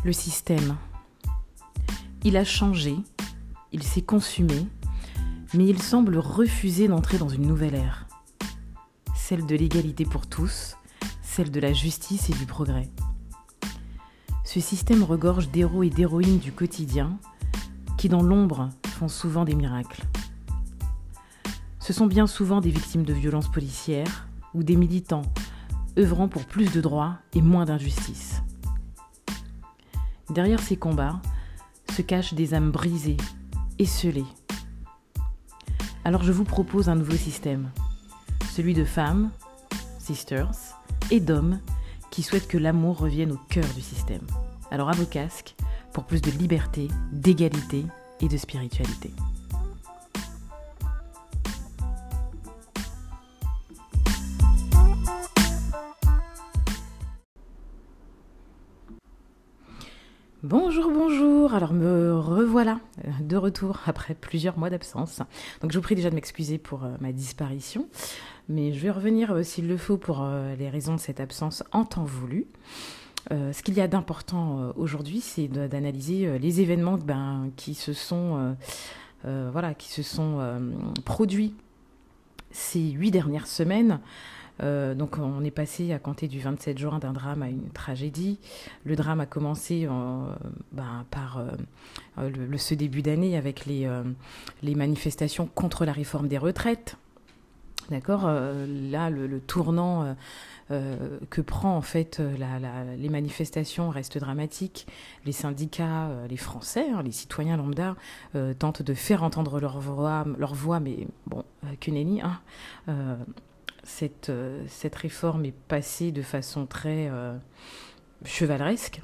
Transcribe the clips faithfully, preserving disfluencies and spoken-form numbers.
Le système, il a changé, il s'est consumé, mais il semble refuser d'entrer dans une nouvelle ère. Celle de l'égalité pour tous, celle de la justice et du progrès. Ce système regorge d'héros et d'héroïnes du quotidien qui, dans l'ombre, font souvent des miracles. Ce sont bien souvent des victimes de violences policières ou des militants œuvrant pour plus de droits et moins d'injustice. Derrière ces combats se cachent des âmes brisées, esseulées. Alors je vous propose un nouveau système, celui de femmes, sisters, et d'hommes qui souhaitent que l'amour revienne au cœur du système. Alors à vos casques pour plus de liberté, d'égalité et de spiritualité. Bonjour, bonjour, alors me revoilà de retour après plusieurs mois d'absence. Donc je vous prie déjà de m'excuser pour euh, ma disparition, mais je vais revenir euh, s'il le faut pour euh, les raisons de cette absence en temps voulu. Euh, ce qu'il y a d'important euh, aujourd'hui, c'est de, d'analyser euh, les événements ben, qui se sont, euh, euh, voilà, qui se sont euh, produits ces huit dernières semaines. Euh, donc on est passé à compter du vingt-sept juin d'un drame à une tragédie. Le drame a commencé euh, ben, par euh, le, le, ce début d'année avec les, euh, les manifestations contre la réforme des retraites. D'accord, euh, là le, le tournant euh, euh, que prend en fait la, la, les manifestations reste dramatique. Les syndicats, euh, les Français, hein, les citoyens lambda euh, tentent de faire entendre leur voix, leur voix mais bon, euh, que nenni, hein. Euh, Cette, euh, cette réforme est passée de façon très euh, chevaleresque,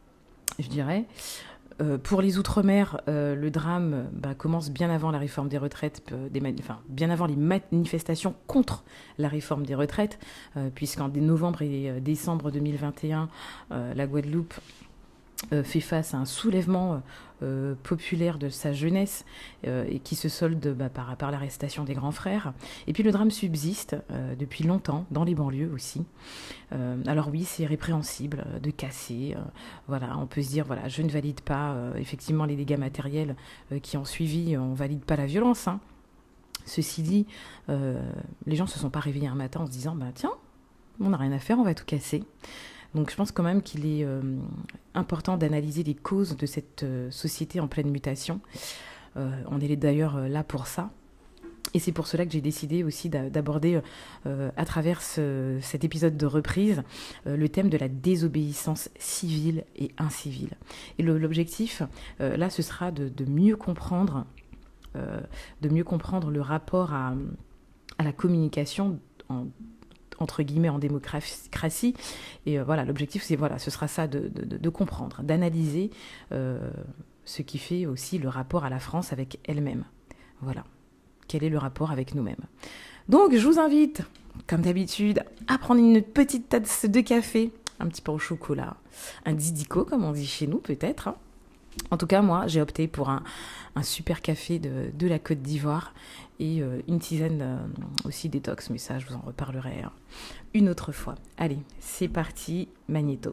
je dirais. Euh, pour les Outre-mer, euh, le drame bah, commence bien avant la réforme des retraites, euh, des mani- enfin, bien avant les manifestations contre la réforme des retraites, euh, puisqu'en novembre et euh, décembre deux mille vingt et un, euh, la Guadeloupe Euh, fait face à un soulèvement euh, populaire de sa jeunesse euh, et qui se solde bah, par, par l'arrestation des grands frères. Et puis le drame subsiste euh, depuis longtemps, dans les banlieues aussi. Euh, alors oui, c'est répréhensible euh, de casser. Euh, voilà, on peut se dire, voilà, je ne valide pas euh, effectivement les dégâts matériels euh, qui ont suivi, on ne valide pas la violence. Hein. Ceci dit, euh, les gens ne se sont pas réveillés un matin en se disant, bah, tiens, on n'a rien à faire, on va tout casser. Donc je pense quand même qu'il est euh, important d'analyser les causes de cette euh, société en pleine mutation. Euh, on est d'ailleurs euh, là pour ça. Et c'est pour cela que j'ai décidé aussi d'a- d'aborder euh, à travers ce, cet épisode de reprise euh, le thème de la désobéissance civile et incivile. Et le, l'objectif, euh, là, ce sera de, de mieux comprendre, euh, de mieux comprendre le rapport à, à la communication en entre guillemets en démocratie, et euh, voilà, l'objectif c'est, voilà, ce sera ça de, de, de comprendre, d'analyser euh, ce qui fait aussi le rapport à la France avec elle-même, voilà, quel est le rapport avec nous-mêmes. Donc je vous invite, comme d'habitude, à prendre une petite tasse de café, un petit peu au chocolat, un didico comme on dit chez nous peut-être, hein. En tout cas, moi, j'ai opté pour un, un super café de, de la Côte d'Ivoire et euh, une tisane euh, aussi détox, mais ça, je vous en reparlerai hein, une autre fois. Allez, c'est parti, magnéto.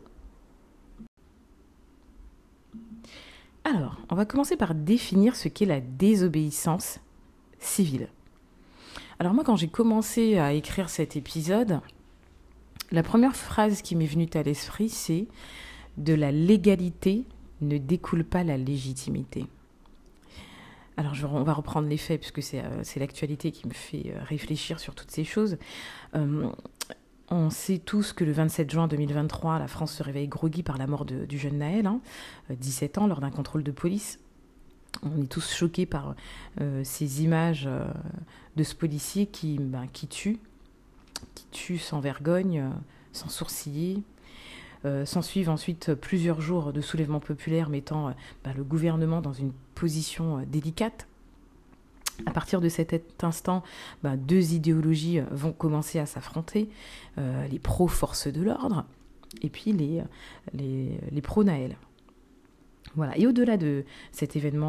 Alors, on va commencer par définir ce qu'est la désobéissance civile. Alors moi, quand j'ai commencé à écrire cet épisode, la première phrase qui m'est venue à l'esprit, c'est « de la légalité ne découle pas la légitimité ». Alors, je, on va reprendre les faits, puisque c'est, euh, c'est l'actualité qui me fait euh, réfléchir sur toutes ces choses. Euh, on sait tous que le vingt-sept juin deux mille vingt-trois, la France se réveille groggy par la mort de, du jeune Naël, hein, dix-sept ans, lors d'un contrôle de police. On est tous choqués par euh, ces images euh, de ce policier qui, ben, qui tue, qui tue sans vergogne, euh, sans sourciller. Euh, s'en suivent ensuite plusieurs jours de soulèvement populaire mettant euh, bah, le gouvernement dans une position euh, délicate. À partir de cet instant, bah, deux idéologies vont commencer à s'affronter, euh, les pro-forces de l'ordre et puis les, les, les pro-Naël. Voilà. Et au-delà de cet événement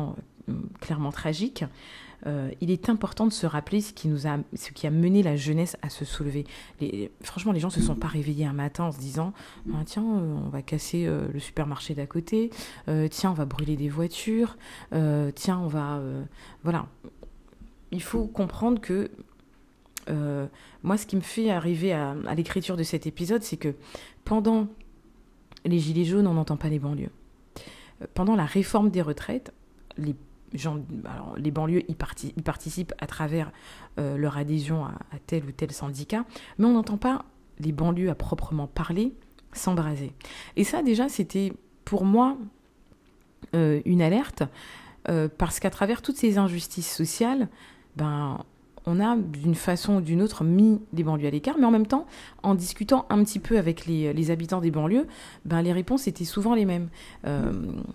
clairement tragique, euh, il est important de se rappeler ce qui, nous a, ce qui a mené la jeunesse à se soulever. Les, franchement, les gens ne se sont pas réveillés un matin en se disant ah, « Tiens, euh, on va casser euh, le supermarché d'à côté. Euh, tiens, on va brûler des voitures. Euh, tiens, on va... Euh... » Voilà. Il faut comprendre que euh, moi, ce qui me fait arriver à, à l'écriture de cet épisode, c'est que pendant les Gilets jaunes, on n'entend pas les banlieues. Pendant la réforme des retraites, les, gens, alors, les banlieues y, parti, y participent à travers euh, leur adhésion à, à tel ou tel syndicat, mais on n'entend pas les banlieues à proprement parler s'embraser. Et ça, déjà, c'était pour moi euh, une alerte, euh, parce qu'à travers toutes ces injustices sociales, ben, on a d'une façon ou d'une autre mis les banlieues à l'écart, mais en même temps, en discutant un petit peu avec les, les habitants des banlieues, ben, les réponses étaient souvent les mêmes. Euh,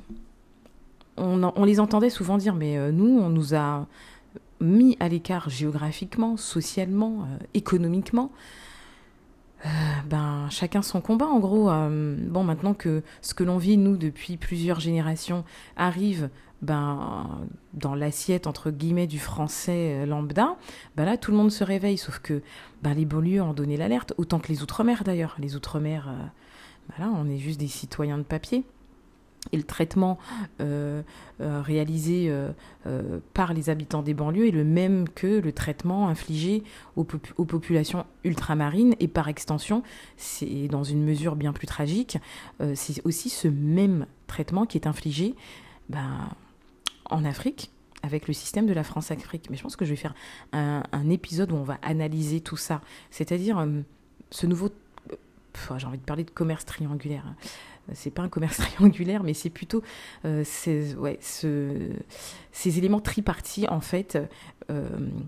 on, on les entendait souvent dire, mais euh, nous, on nous a mis à l'écart géographiquement, socialement, euh, économiquement. Euh, ben, chacun son combat, en gros. Euh, bon, maintenant que ce que l'on vit, nous, depuis plusieurs générations, arrive ben, dans l'assiette, entre guillemets, du français lambda, ben là, tout le monde se réveille, sauf que ben, les banlieues ont donné l'alerte, autant que les outre-mer, d'ailleurs. Les outre-mer, euh, ben là, on est juste des citoyens de papier. Et le traitement euh, euh, réalisé euh, euh, par les habitants des banlieues est le même que le traitement infligé aux, pop- aux populations ultramarines. Et par extension, c'est dans une mesure bien plus tragique, euh, c'est aussi ce même traitement qui est infligé ben, en Afrique, avec le système de la France-Afrique. Mais je pense que je vais faire un, un épisode où on va analyser tout ça. C'est-à-dire euh, ce nouveau... Pff, j'ai envie de parler de commerce triangulaire. Hein. C'est pas un commerce triangulaire, mais c'est plutôt euh, ces, ouais, ce, ces éléments tripartis, en fait, euh,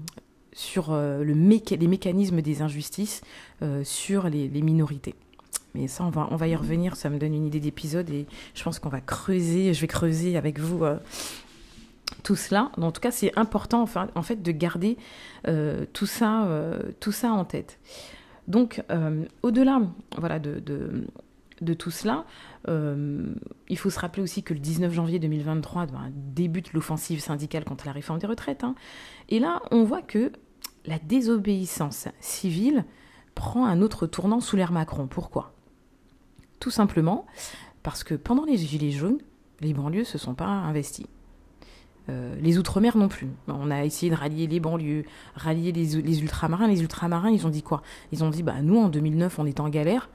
sur euh, le méca- les mécanismes des injustices euh, sur les, les minorités. Mais ça, on va, on va y revenir, ça me donne une idée d'épisode et je pense qu'on va creuser, je vais creuser avec vous euh, tout cela. En tout cas, c'est important, enfin, en fait, de garder euh, tout ça, euh, tout ça en tête. Donc, euh, au-delà voilà, de... de de tout cela, euh, il faut se rappeler aussi que le dix-neuf janvier deux mille vingt-trois ben, débute l'offensive syndicale contre la réforme des retraites. Hein. Et là, on voit que la désobéissance civile prend un autre tournant sous l'ère Macron. Pourquoi ? Tout simplement parce que pendant les Gilets jaunes, les banlieues ne se sont pas investies. Euh, les outre-mer non plus. On a essayé de rallier les banlieues, rallier les, les ultramarins. Les ultramarins, ils ont dit quoi ? Ils ont dit, bah, nous, en deux mille neuf, on est en galère.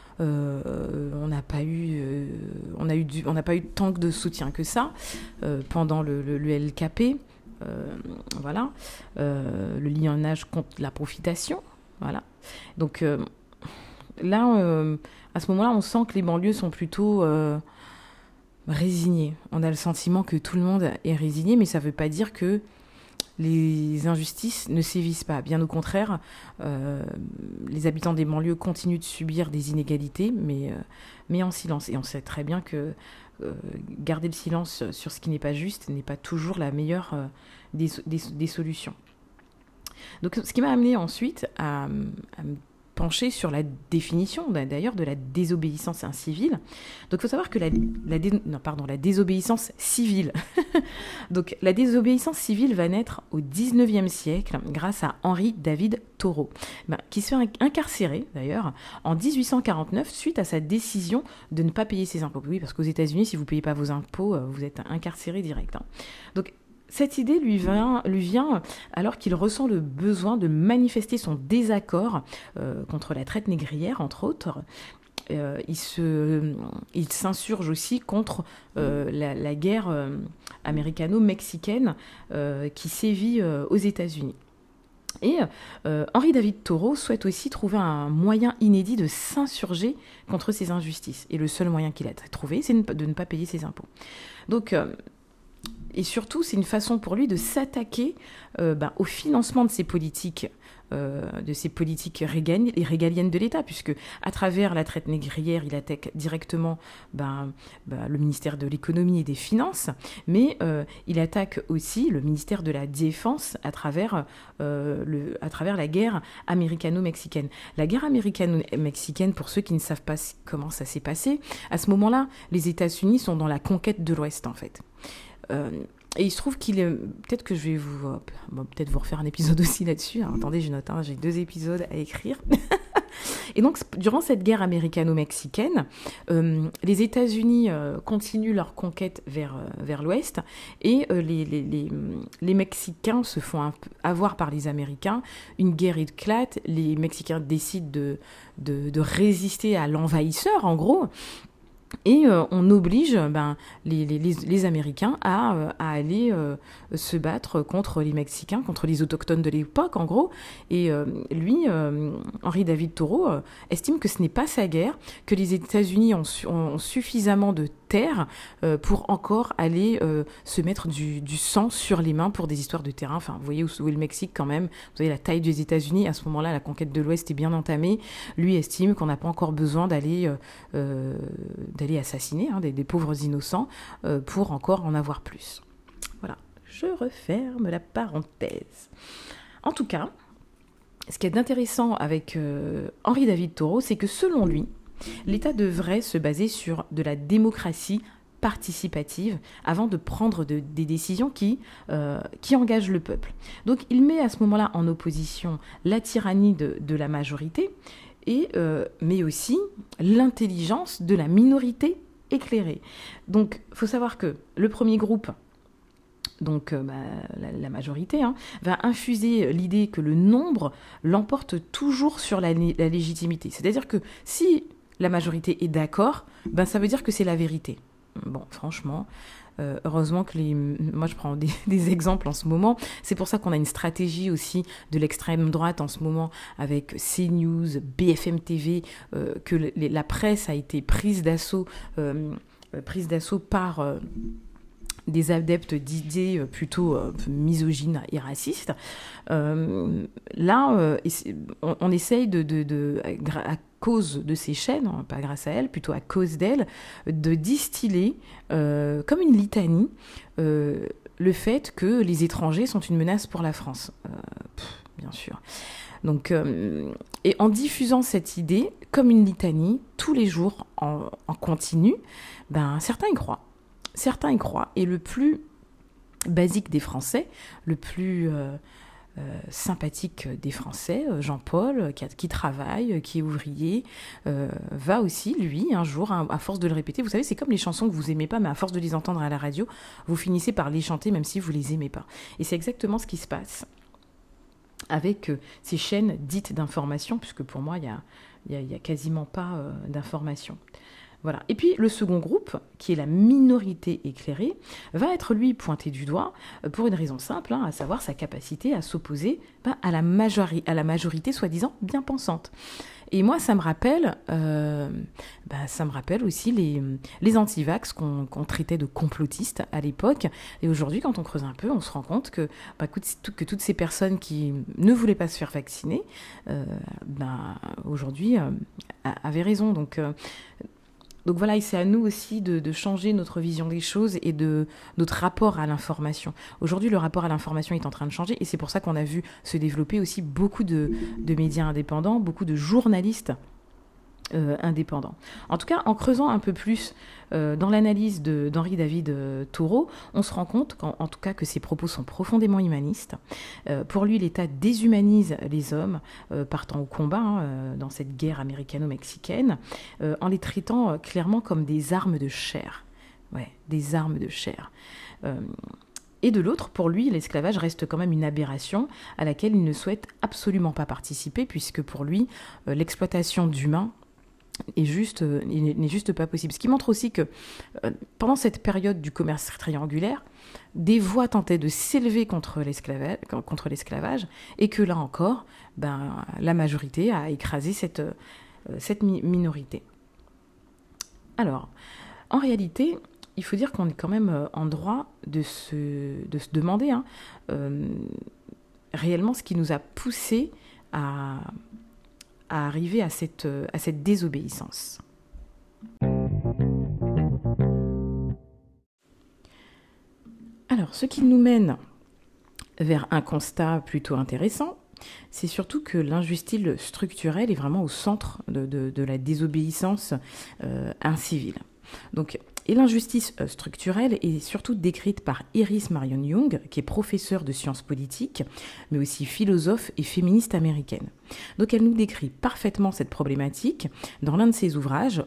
Euh, on n'a pas eu, euh, on a eu du, on n'a pas eu tant de soutien que ça euh, pendant le, le, le L K P, euh, voilà, euh, le lionnage contre la profitation, voilà. Donc euh, là, euh, à ce moment-là, on sent que les banlieues sont plutôt euh, résignées. On a le sentiment que tout le monde est résigné, mais ça ne veut pas dire que les injustices ne sévissent pas. Bien au contraire, euh, les habitants des banlieues continuent de subir des inégalités, mais, euh, mais en silence. Et on sait très bien que euh, garder le silence sur ce qui n'est pas juste n'est pas toujours la meilleure euh, des, des, des solutions. Donc, ce qui m'a amené ensuite à, à me pencher sur la définition, d'ailleurs, de la désobéissance incivile. Donc, il faut savoir que la, la, dé, non, pardon, la désobéissance civile, donc la désobéissance civile va naître au dix-neuvième siècle grâce à Henri David Thoreau, ben, qui se fait incarcérer, d'ailleurs, en dix-huit cent quarante-neuf suite à sa décision de ne pas payer ses impôts. Oui, parce qu'aux États-Unis, si vous ne payez pas vos impôts, vous êtes incarcéré direct. Hein. Donc, cette idée lui vient, lui vient alors qu'il ressent le besoin de manifester son désaccord euh, contre la traite négrière, entre autres. Euh, il, se, il s'insurge aussi contre euh, la, la guerre euh, américano-mexicaine euh, qui sévit euh, aux États-Unis. Et euh, Henri David Thoreau souhaite aussi trouver un moyen inédit de s'insurger contre ces injustices. Et le seul moyen qu'il a trouvé, c'est de ne pas payer ses impôts. Donc... Euh, Et surtout, c'est une façon pour lui de s'attaquer euh, ben, au financement de ces politiques, euh, de ces politiques régaliennes, régaliennes de l'État, puisque à travers la traite négrière, il attaque directement ben, ben, le ministère de l'économie et des finances, mais euh, il attaque aussi le ministère de la Défense à travers, euh, le, à travers la guerre américano-mexicaine. La guerre américano-mexicaine, pour ceux qui ne savent pas comment ça s'est passé, à ce moment-là, les États-Unis sont dans la conquête de l'Ouest, en fait. Euh, et il se trouve qu'il est... Peut-être que je vais vous... euh, bon, peut-être vous refaire un épisode aussi là-dessus. Alors, attendez, je note, hein, j'ai deux épisodes à écrire. Et donc, durant cette guerre américano-mexicaine, euh, les États-Unis euh, continuent leur conquête vers, euh, vers l'ouest et euh, les, les, les, les Mexicains se font un peu avoir par les Américains. Une guerre éclate, les Mexicains décident de, de, de résister à l'envahisseur, en gros. Et euh, on oblige ben, les, les, les Américains à, euh, à aller euh, se battre contre les Mexicains, contre les autochtones de l'époque, en gros. Et euh, lui, euh, Henry David Thoreau, euh, estime que ce n'est pas sa guerre, que les États-Unis ont, su- ont suffisamment de terre euh, pour encore aller euh, se mettre du, du sang sur les mains pour des histoires de terrain. Enfin, vous voyez où, où est le Mexique quand même. Vous voyez la taille des États-Unis. À ce moment-là, la conquête de l'Ouest est bien entamée. Lui estime qu'on n'a pas encore besoin d'aller... Euh, euh, d'aller assassiner hein, des, des pauvres innocents euh, pour encore en avoir plus. Voilà, je referme la parenthèse. En tout cas, ce qui est intéressant avec euh, Henry David Thoreau, c'est que selon lui, l'État devrait se baser sur de la démocratie participative avant de prendre de, des décisions qui, euh, qui engagent le peuple. Donc il met à ce moment-là en opposition la tyrannie de, de la majorité, et, euh, mais aussi l'intelligence de la minorité éclairée. Donc, il faut savoir que le premier groupe, donc euh, bah, la, la majorité, hein, va infuser l'idée que le nombre l'emporte toujours sur la, la légitimité. C'est-à-dire que si la majorité est d'accord, ben, ça veut dire que c'est la vérité. Bon, franchement... Euh, heureusement que les... Moi, je prends des, des exemples en ce moment. C'est pour ça qu'on a une stratégie aussi de l'extrême droite en ce moment avec CNews, B F M T V, euh, que le, la presse a été prise d'assaut, euh, prise d'assaut par... Euh, des adeptes d'idées plutôt euh, misogynes et racistes. Euh, là, euh, on, on essaye de, de, de, à cause de ces chaînes, pas grâce à elles, plutôt à cause d'elles, de distiller euh, comme une litanie euh, le fait que les étrangers sont une menace pour la France. Euh, pff, bien sûr. Donc, euh, et en diffusant cette idée comme une litanie tous les jours en, en continu, ben, certains y croient. Certains y croient. Et le plus basique des Français, le plus euh, euh, sympathique des Français, Jean-Paul, qui, a, qui travaille, qui est ouvrier, euh, va aussi, lui, un jour, à, à force de le répéter, vous savez, c'est comme les chansons que vous aimez pas, mais à force de les entendre à la radio, vous finissez par les chanter même si vous les aimez pas. Et c'est exactement ce qui se passe avec euh, ces chaînes dites d'information, puisque pour moi, il n'y a, y a, y a quasiment pas euh, d'information. Voilà. Et puis le second groupe, qui est la minorité éclairée, va être lui pointé du doigt pour une raison simple, hein, à savoir sa capacité à s'opposer ben, à, la majori- à la majorité soi-disant bien pensante. Et moi, ça me rappelle, euh, ben, ça me rappelle aussi les, les antivax qu'on, qu'on traitait de complotistes à l'époque. Et aujourd'hui, quand on creuse un peu, on se rend compte que, ben, que toutes ces personnes qui ne voulaient pas se faire vacciner, euh, ben, aujourd'hui, euh, avaient raison. Donc, euh, Donc voilà, et c'est à nous aussi de, de changer notre vision des choses et de notre rapport à l'information. Aujourd'hui, le rapport à l'information est en train de changer et c'est pour ça qu'on a vu se développer aussi beaucoup de, de médias indépendants, beaucoup de journalistes euh, indépendants. En tout cas, en creusant un peu plus euh, dans l'analyse de, d'Henry David euh, Thoreau, on se rend compte qu'en en tout cas que ses propos sont profondément humanistes. Euh, pour lui, l'État déshumanise les hommes euh, partant au combat hein, euh, dans cette guerre américano-mexicaine euh, en les traitant euh, clairement comme des armes de chair. Ouais, des armes de chair. Euh, Et de l'autre, pour lui, l'esclavage reste quand même une aberration à laquelle il ne souhaite absolument pas participer, puisque pour lui, euh, l'exploitation d'humains est juste, euh, n'est juste pas possible. Ce qui montre aussi que euh, pendant cette période du commerce triangulaire, des voix tentaient de s'élever contre l'esclavage, contre l'esclavage et que là encore, ben, la majorité a écrasé cette, euh, cette mi- minorité. Alors, en réalité, il faut dire qu'on est quand même en droit de se, de se demander hein, euh, réellement ce qui nous a poussé à, à arriver à cette, à cette désobéissance. Alors, ce qui nous mène vers un constat plutôt intéressant, c'est surtout que l'injustice structurelle est vraiment au centre de, de, de la désobéissance euh, incivile. Donc, Et l'injustice euh, structurelle est surtout décrite par Iris Marion Young, qui est professeure de sciences politiques, mais aussi philosophe et féministe américaine. Donc elle nous décrit parfaitement cette problématique dans l'un de ses ouvrages,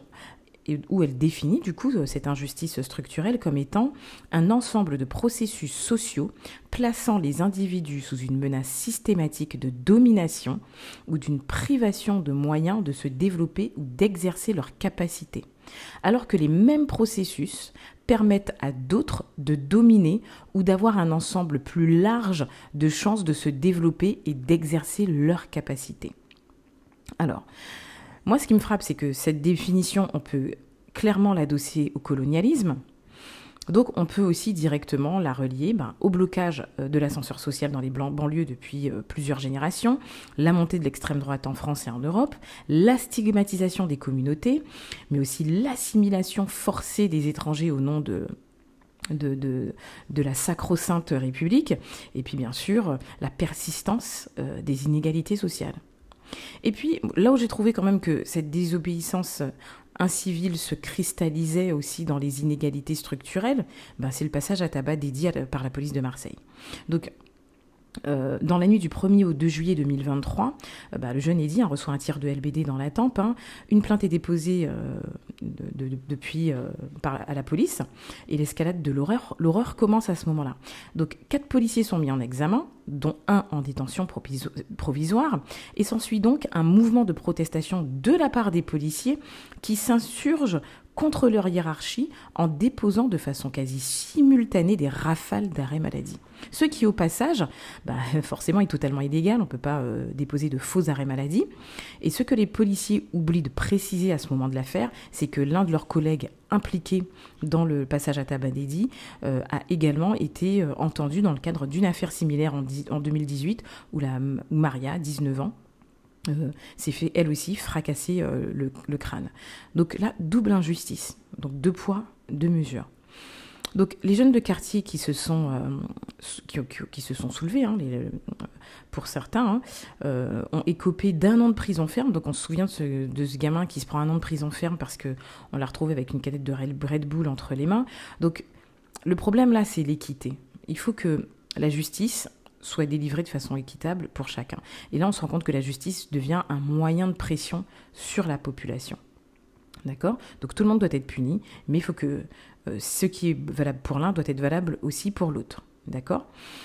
où elle définit du coup cette injustice structurelle comme étant un ensemble de processus sociaux plaçant les individus sous une menace systématique de domination ou d'une privation de moyens de se développer ou d'exercer leurs capacités, alors que les mêmes processus permettent à d'autres de dominer ou d'avoir un ensemble plus large de chances de se développer et d'exercer leurs capacités. Alors, moi, ce qui me frappe, c'est que cette définition, on peut clairement l'adosser au colonialisme. Donc, on peut aussi directement la relier ben, au blocage de l'ascenseur social dans les banlieues depuis euh, plusieurs générations, la montée de l'extrême droite en France et en Europe, la stigmatisation des communautés, mais aussi l'assimilation forcée des étrangers au nom de... De, de, de la sacro-sainte République, et puis bien sûr la persistance euh, des inégalités sociales. Et puis, là où j'ai trouvé quand même que cette désobéissance incivile se cristallisait aussi dans les inégalités structurelles, ben c'est le passage à tabac dédié à, par la police de Marseille. Donc, Euh, dans la nuit du premier au deux juillet deux mille vingt-trois, euh, bah, le jeune Eddy hein, reçoit un tir de L B D dans la tempe. Hein. Une plainte est déposée euh, de, de, de, depuis euh, par, à la police et l'escalade de l'horreur, l'horreur commence à ce moment-là. Donc quatre policiers sont mis en examen, dont un en détention proviso- provisoire, et s'ensuit donc un mouvement de protestation de la part des policiers qui s'insurgent contre leur hiérarchie en déposant de façon quasi simultanée des rafales d'arrêt maladie. Ce qui, au passage, bah, forcément est totalement illégal, on ne peut pas euh, déposer de faux arrêts maladie. Et ce que les policiers oublient de préciser à ce moment de l'affaire, c'est que l'un de leurs collègues impliqués dans le passage à tabac d'Eddy euh, a également été euh, entendu dans le cadre d'une affaire similaire en, en deux mille dix-huit où, la, où Maria, dix-neuf ans, Euh, s'est fait elle aussi fracasser euh, le, le crâne. Donc là, double injustice. Donc deux poids, deux mesures. Donc les jeunes de quartier qui se sont, euh, qui, qui, qui se sont soulevés, hein, les, pour certains, hein, euh, ont écopé d'un an de prison ferme. Donc on se souvient de ce, de ce gamin qui se prend un an de prison ferme parce qu'on l'a retrouvé avec une canette de Red Bull entre les mains. Donc le problème là, c'est l'équité. Il faut que la justice soit délivrée de façon équitable pour chacun. Et là, on se rend compte que la justice devient un moyen de pression sur la population. D'accord ? Donc tout le monde doit être puni, mais il faut que euh, ce qui est valable pour l'un doit être valable aussi pour l'autre. D'accord ?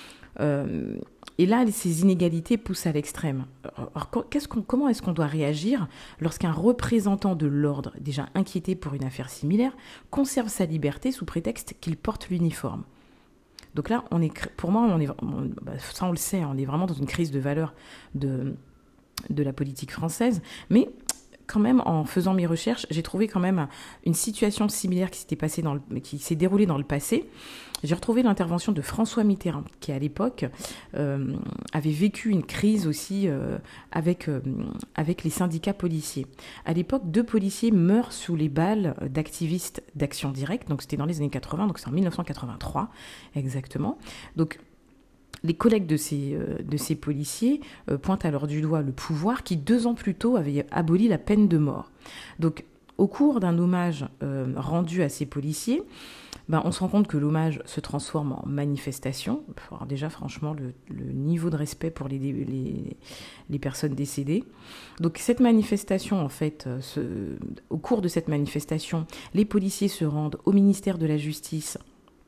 euh, Et là, ces inégalités poussent à l'extrême. Alors, qu'est-ce qu'on, comment est-ce qu'on doit réagir lorsqu'un représentant de l'ordre, déjà inquiété pour une affaire similaire, conserve sa liberté sous prétexte qu'il porte l'uniforme ? Donc là, on est, pour moi, on est, on, bah, ça on le sait, on est vraiment dans une crise de valeur de, de la politique française. Mais quand même, en faisant mes recherches, j'ai trouvé quand même une situation similaire qui s'était passée dans le, qui s'est déroulée dans le passé. J'ai retrouvé l'intervention de François Mitterrand, qui à l'époque euh, avait vécu une crise aussi euh, avec, euh, avec les syndicats policiers. À l'époque, deux policiers meurent sous les balles d'activistes d'Action Directe, donc c'était dans les années quatre-vingts, donc c'est en dix-neuf cent quatre-vingt-trois exactement. Donc les collègues de ces, euh, de ces policiers euh, pointent alors du doigt le pouvoir qui, deux ans plus tôt, avait aboli la peine de mort. Donc, au cours d'un hommage euh, rendu à ces policiers, ben, on se rend compte que l'hommage se transforme en manifestation. Alors déjà, franchement, le, le niveau de respect pour les, les, les personnes décédées. Donc, cette manifestation, en fait, euh, ce, au cours de cette manifestation, les policiers se rendent au ministère de la Justice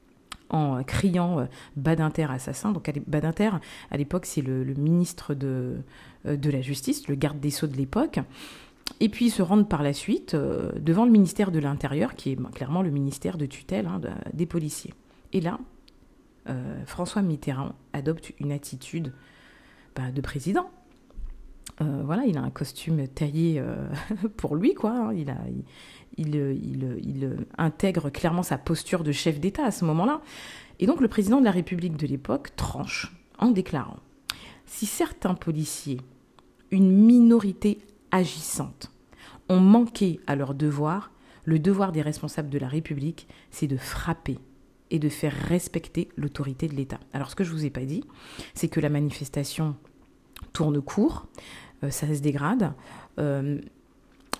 en criant euh, Badinter assassin. Donc Badinter, à l'époque, c'est le, le ministre de, euh, de la Justice, le garde des Sceaux de l'époque. Et puis ils se rendent par la suite euh, devant le ministère de l'Intérieur, qui est ben, clairement le ministère de tutelle hein, de, des policiers. Et là, euh, François Mitterrand adopte une attitude ben, de président. Euh, voilà, il a un costume taillé euh, pour lui, quoi. Hein. Il a... Il, Il, il, il intègre clairement sa posture de chef d'État à ce moment-là. Et donc le président de la République de l'époque tranche en déclarant « Si certains policiers, une minorité agissante, ont manqué à leur devoir, le devoir des responsables de la République, c'est de frapper et de faire respecter l'autorité de l'État. » Alors ce que je ne vous ai pas dit, c'est que la manifestation tourne court, euh, ça se dégrade, euh,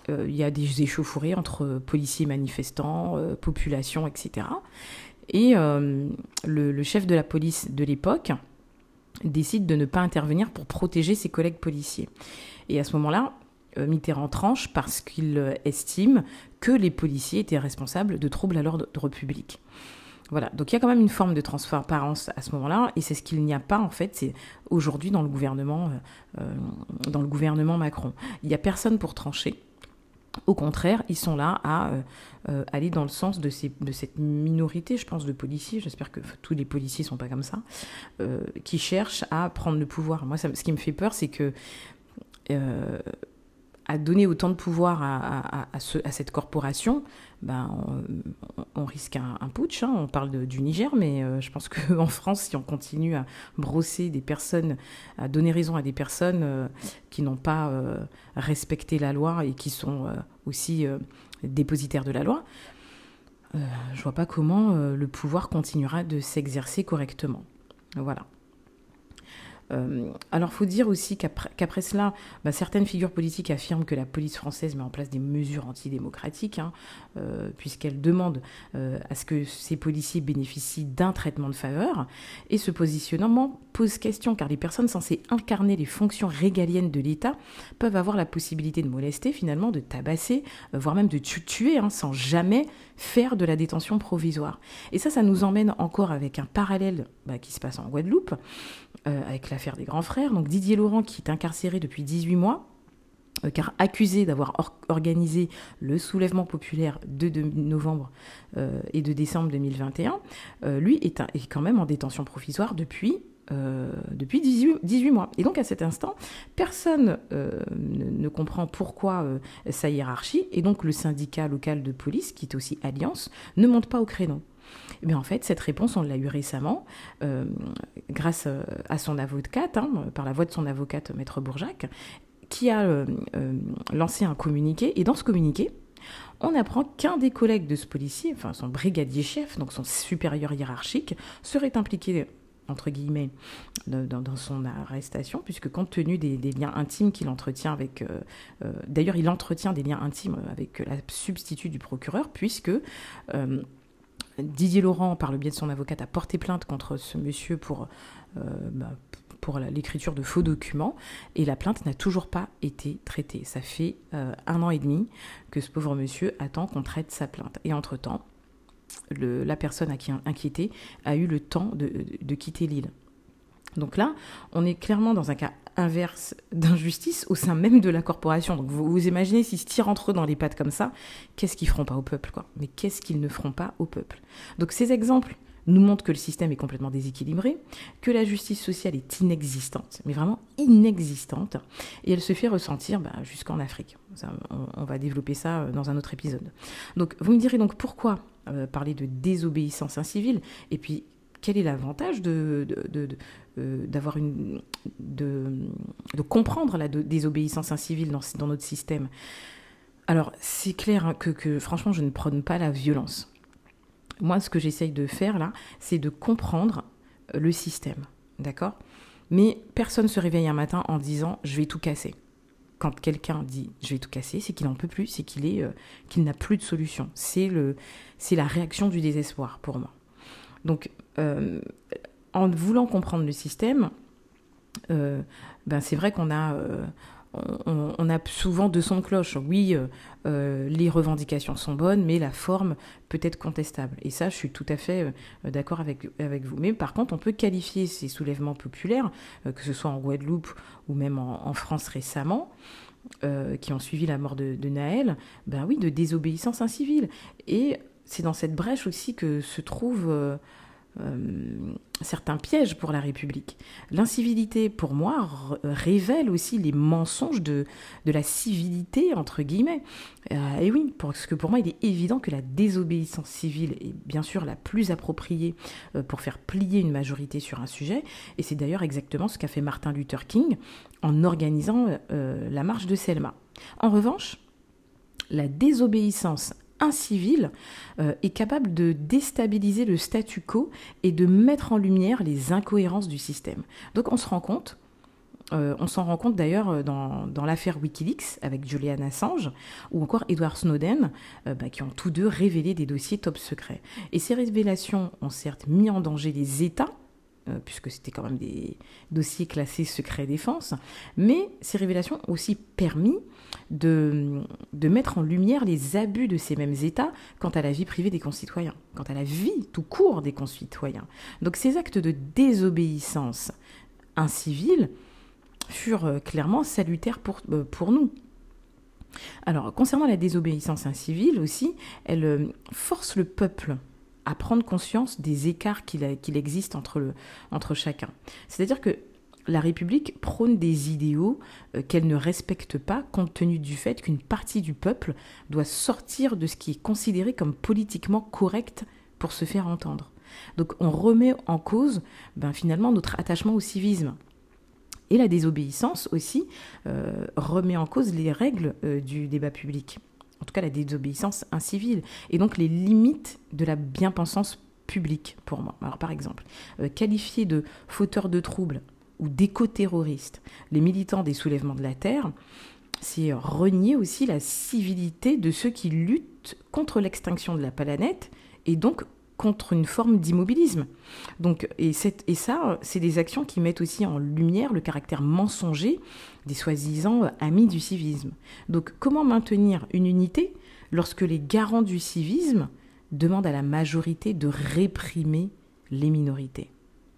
euh, il y a des échauffourées entre policiers manifestants, euh, population, et cetera. Et euh, le, le chef de la police de l'époque décide de ne pas intervenir pour protéger ses collègues policiers. Et à ce moment-là, euh, Mitterrand tranche parce qu'il euh, estime que les policiers étaient responsables de troubles à l'ordre public. Voilà, donc il y a quand même une forme de transparence à ce moment-là, et c'est ce qu'il n'y a pas en fait, c'est aujourd'hui dans le gouvernement, euh, dans le gouvernement Macron. Il n'y a personne pour trancher. Au contraire, ils sont là à euh, euh, aller dans le sens de, ces, de cette minorité, je pense, de policiers, j'espère que tous les policiers ne sont pas comme ça, euh, qui cherchent à prendre le pouvoir. Moi, ça, ce qui me fait peur, c'est que euh, à donner autant de pouvoir à, à, à, ce, à cette corporation, ben, on, on risque un, un putsch. Hein. On parle de, du Niger, mais euh, je pense qu'en France, si on continue à brosser des personnes, à donner raison à des personnes euh, qui n'ont pas euh, respecté la loi et qui sont euh, aussi euh, dépositaires de la loi, euh, je ne vois pas comment euh, le pouvoir continuera de s'exercer correctement. Voilà. Euh, alors, il faut dire aussi qu'après, qu'après cela, bah, certaines figures politiques affirment que la police française met en place des mesures antidémocratiques, hein, euh, puisqu'elle demande euh, à ce que ces policiers bénéficient d'un traitement de faveur. Et ce positionnement pose question, car les personnes censées incarner les fonctions régaliennes de l'État peuvent avoir la possibilité de molester, finalement, de tabasser, euh, voire même de tuer, hein, sans jamais faire de la détention provisoire. Et ça, ça nous emmène encore avec un parallèle bah, qui se passe en Guadeloupe, euh, avec l'affaire des grands frères. Donc Didier Laurent, qui est incarcéré depuis dix-huit mois, euh, car accusé d'avoir or- organisé le soulèvement populaire de, de novembre euh, et de décembre deux mille vingt et un, euh, lui est, un, est quand même en détention provisoire depuis... Euh, depuis dix-huit mois. Et donc à cet instant, personne euh, ne, ne comprend pourquoi euh, sa hiérarchie, et donc le syndicat local de police, qui est aussi Alliance, ne monte pas au créneau. Et bien en fait, cette réponse, on l'a eue récemment, euh, grâce à son avocate, hein, par la voix de son avocate, Maître Bourjac, qui a euh, euh, lancé un communiqué, et dans ce communiqué, on apprend qu'un des collègues de ce policier, enfin son brigadier chef, donc son supérieur hiérarchique, serait impliqué entre guillemets, dans, dans son arrestation, puisque compte tenu des, des liens intimes qu'il entretient avec... Euh, euh, d'ailleurs, il entretient des liens intimes avec la substitut du procureur, puisque euh, Didier Laurent, par le biais de son avocate, a porté plainte contre ce monsieur pour, euh, bah, pour la, l'écriture de faux documents, et la plainte n'a toujours pas été traitée. Ça fait euh, un an et demi que ce pauvre monsieur attend qu'on traite sa plainte. Et entre-temps, Le, la personne à qui inquiété a eu le temps de, de, de quitter l'île. Donc là, on est clairement dans un cas inverse d'injustice au sein même de la corporation. Donc vous, vous imaginez s'ils se tirent entre eux dans les pattes comme ça, qu'est-ce qu'ils feront pas au peuple, quoi. Mais qu'est-ce qu'ils ne feront pas au peuple. Donc ces exemples nous montrent que le système est complètement déséquilibré, que la justice sociale est inexistante, mais vraiment inexistante, et elle se fait ressentir bah, jusqu'en Afrique. Ça, on, on va développer ça dans un autre épisode. Donc vous me direz donc pourquoi euh, parler de désobéissance incivile, et puis quel est l'avantage de, de, de, de, euh, d'avoir une, de, de comprendre la de, désobéissance incivile dans, dans notre système. Alors c'est clair hein, que, que franchement je ne prône pas la violence. Moi, ce que j'essaye de faire, là, c'est de comprendre le système, d'accord ? Mais personne ne se réveille un matin en disant « je vais tout casser ». Quand quelqu'un dit « je vais tout casser », c'est qu'il n'en peut plus, c'est qu'il, est, euh, qu'il n'a plus de solution. C'est, le, c'est la réaction du désespoir, pour moi. Donc, euh, en voulant comprendre le système, euh, ben c'est vrai qu'on a... Euh, On, on a souvent deux sons de cloche. Oui, euh, euh, les revendications sont bonnes, mais la forme peut être contestable. Et ça, je suis tout à fait euh, d'accord avec, avec vous. Mais par contre, on peut qualifier ces soulèvements populaires, euh, que ce soit en Guadeloupe ou même en, en France récemment, euh, qui ont suivi la mort de, de Naël, ben oui, de désobéissance incivile. Et c'est dans cette brèche aussi que se trouve... Euh, Euh, certains pièges pour la République. L'incivilité, pour moi, r- révèle aussi les mensonges de, de la civilité, entre guillemets. Euh, et oui, parce que pour moi, il est évident que la désobéissance civile est bien sûr la plus appropriée euh, pour faire plier une majorité sur un sujet. Et c'est d'ailleurs exactement ce qu'a fait Martin Luther King en organisant euh, la marche de Selma. En revanche, la désobéissance incivile euh, est capable de déstabiliser le statu quo et de mettre en lumière les incohérences du système. Donc on se rend compte Euh, on s'en rend compte d'ailleurs dans, dans l'affaire Wikileaks avec Julian Assange ou encore Edward Snowden, euh, bah, qui ont tous deux révélé des dossiers top secrets. Et ces révélations ont certes mis en danger les États, euh, puisque c'était quand même des dossiers classés secret défense, mais ces révélations ont aussi permis de, de mettre en lumière les abus de ces mêmes États quant à la vie privée des concitoyens, quant à la vie tout court des concitoyens. Donc ces actes de désobéissance incivile furent clairement salutaires pour, euh, pour nous. Alors, concernant la désobéissance incivile aussi, elle euh, force le peuple à prendre conscience des écarts qu'il, a, qu'il existe entre, le, entre chacun. C'est-à-dire que la République prône des idéaux euh, qu'elle ne respecte pas, compte tenu du fait qu'une partie du peuple doit sortir de ce qui est considéré comme politiquement correct pour se faire entendre. Donc, on remet en cause ben, finalement notre attachement au civisme. Et la désobéissance aussi euh, remet en cause les règles euh, du débat public, en tout cas la désobéissance incivile, et donc les limites de la bien-pensance publique pour moi. Alors par exemple, euh, qualifier de fauteurs de troubles ou d'éco-terroristes les militants des soulèvements de la Terre, c'est renier aussi la civilité de ceux qui luttent contre l'extinction de la planète et donc contre une forme d'immobilisme. Donc, et, cette, et ça, c'est des actions qui mettent aussi en lumière le caractère mensonger des soi-disant amis du civisme. Donc, comment maintenir une unité lorsque les garants du civisme demandent à la majorité de réprimer les minorités ? D'accord ?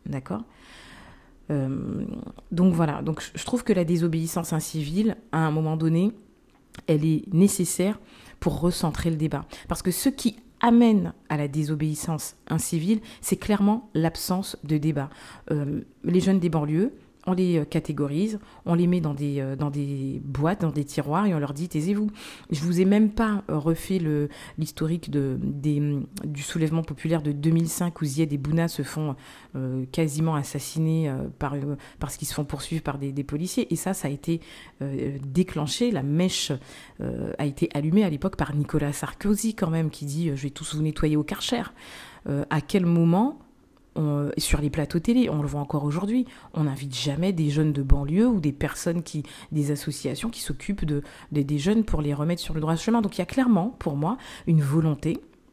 euh, Donc voilà, donc, je trouve que la désobéissance incivile, à un moment donné, elle est nécessaire pour recentrer le débat. Parce que ce qui amène à la désobéissance incivile, c'est clairement l'absence de débat. Euh, les jeunes des banlieues, on les catégorise, on les met dans des, euh, dans des boîtes, dans des tiroirs et on leur dit « taisez-vous ». Je ne vous ai même pas refait le, l'historique de, des, du soulèvement populaire de deux mille cinq où Zied et Bouna se font euh, quasiment assassiner euh, par, euh, parce qu'ils se font poursuivre par des, des policiers. Et ça, ça a été euh, déclenché, la mèche euh, a été allumée à l'époque par Nicolas Sarkozy quand même, qui dit « je vais tous vous nettoyer au Karcher euh, ». À quel moment On, sur les plateaux télé, on le voit encore aujourd'hui, on n'invite jamais des jeunes de banlieue ou des personnes, qui, des associations qui s'occupent de, de, des jeunes pour les remettre sur le droit chemin. Donc il y a clairement, pour moi, une volonté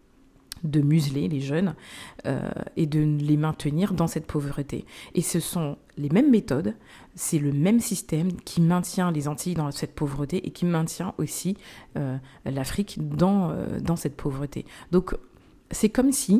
de museler les jeunes euh, et de les maintenir dans cette pauvreté. Et ce sont les mêmes méthodes, c'est le même système qui maintient les Antilles dans cette pauvreté et qui maintient aussi euh, l'Afrique dans, euh, dans cette pauvreté. Donc c'est comme si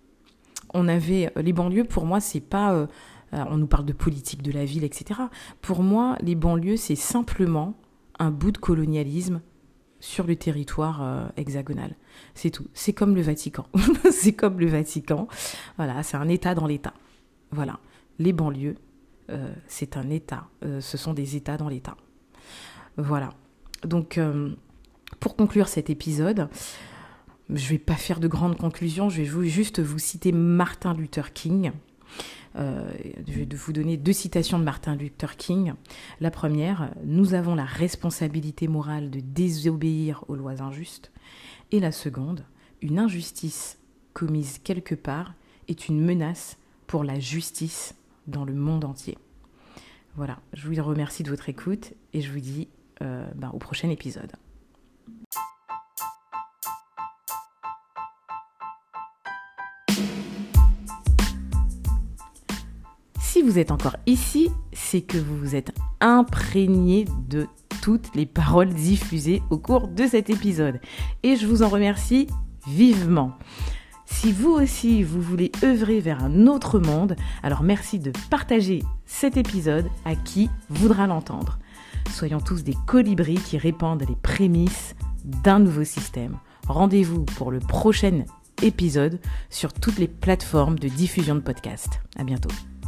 on avait les banlieues, pour moi, c'est pas. Euh, on nous parle de politique de la ville, et cetera. Pour moi, les banlieues, c'est simplement un bout de colonialisme sur le territoire euh, hexagonal. C'est tout. C'est comme le Vatican. c'est comme le Vatican. Voilà, c'est un État dans l'État. Voilà. Les banlieues, euh, c'est un État. Euh, ce sont des États dans l'État. Voilà. Donc, euh, pour conclure cet épisode. Je ne vais pas faire de grandes conclusions, je vais vous, juste vous citer Martin Luther King. Euh, je vais vous donner deux citations de Martin Luther King. La première, « Nous avons la responsabilité morale de désobéir aux lois injustes ». Et la seconde, « Une injustice commise quelque part est une menace pour la justice dans le monde entier ». Voilà, je vous remercie de votre écoute et je vous dis euh, ben, au prochain épisode. Si vous êtes encore ici, c'est que vous vous êtes imprégné de toutes les paroles diffusées au cours de cet épisode. Et je vous en remercie vivement. Si vous aussi, vous voulez œuvrer vers un autre monde, alors merci de partager cet épisode à qui voudra l'entendre. Soyons tous des colibris qui répandent les prémices d'un nouveau système. Rendez-vous pour le prochain épisode sur toutes les plateformes de diffusion de podcasts. À bientôt.